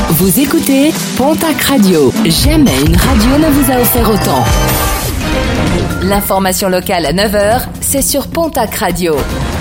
Vous écoutez Pontac Radio. Jamais une radio ne vous a offert autant. L'information locale à 9h, c'est sur Pontac Radio.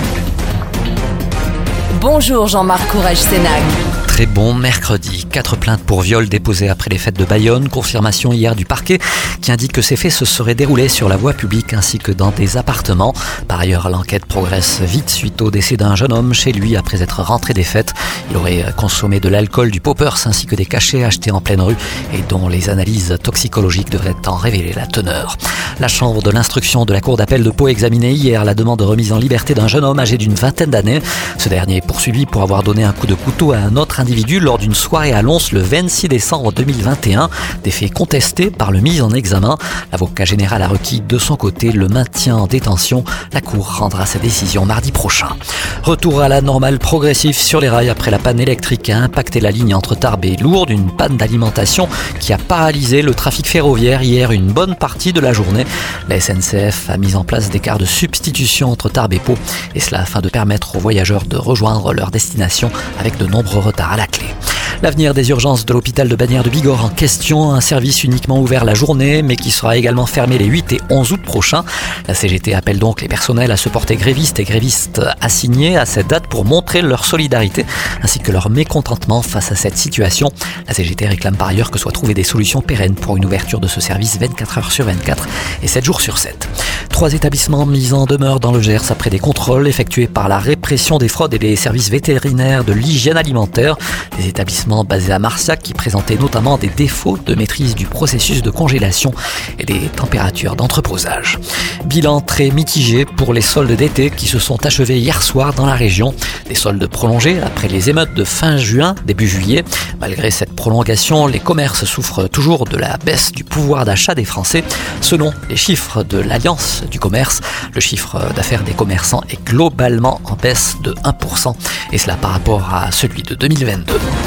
Bonjour Jean-Marc Courage-Sénac. Très bon mercredi. 4 plaintes pour viol déposées après les fêtes de Bayonne. Confirmation hier du parquet qui indique que ces faits se seraient déroulés sur la voie publique ainsi que dans des appartements. Par ailleurs, l'enquête progresse vite suite au décès d'un jeune homme chez lui après être rentré des fêtes. Il aurait consommé de l'alcool, du poppers ainsi que des cachets achetés en pleine rue et dont les analyses toxicologiques devraient en révéler la teneur. La chambre de l'instruction de la cour d'appel de Pau examinait hier la demande de remise en liberté d'un jeune homme âgé d'une vingtaine d'années. Ce dernier est poursuivi pour avoir donné un coup de couteau à un autre individu lors d'une soirée à Lons le 26 décembre 2021. Des faits contestés par le mis en examen. L'avocat général a requis de son côté le maintien en détention. La cour rendra sa décision mardi prochain. Retour à la normale progressif sur les rails après la panne électrique qui a impacté la ligne entre Tarbes et Lourdes. Une panne d'alimentation qui a paralysé le trafic ferroviaire hier une bonne partie de la journée. La SNCF a mis en place des cars de substitution entre Tarbes et Pau. Et cela afin de permettre aux voyageurs de rejoindre leur destination avec de nombreux retards à la clé. L'avenir des urgences de l'hôpital de Bagnères de Bigorre en question, un service uniquement ouvert la journée mais qui sera également fermé les 8 et 11 août prochains. La CGT appelle donc les personnels à se porter grévistes et grévistes assignés à cette date pour montrer leur solidarité ainsi que leur mécontentement face à cette situation. La CGT réclame par ailleurs que soient trouvées des solutions pérennes pour une ouverture de ce service 24 heures sur 24 et 7 jours sur 7. 3 établissements mis en demeure dans le Gers après des contrôles effectués par la répression des fraudes et les services vétérinaires de l'hygiène alimentaire. Des établissements basés à Marciac qui présentaient notamment des défauts de maîtrise du processus de congélation et des températures d'entreposage. Bilan très mitigé pour les soldes d'été qui se sont achevés hier soir dans la région. Des soldes prolongés après les émeutes de fin juin, début juillet. Malgré cette prolongation, les commerces souffrent toujours de la baisse du pouvoir d'achat des Français. Selon les chiffres de l'Alliance du commerce, le chiffre d'affaires des commerçants est globalement en baisse de 1%, et cela par rapport à celui de 2022.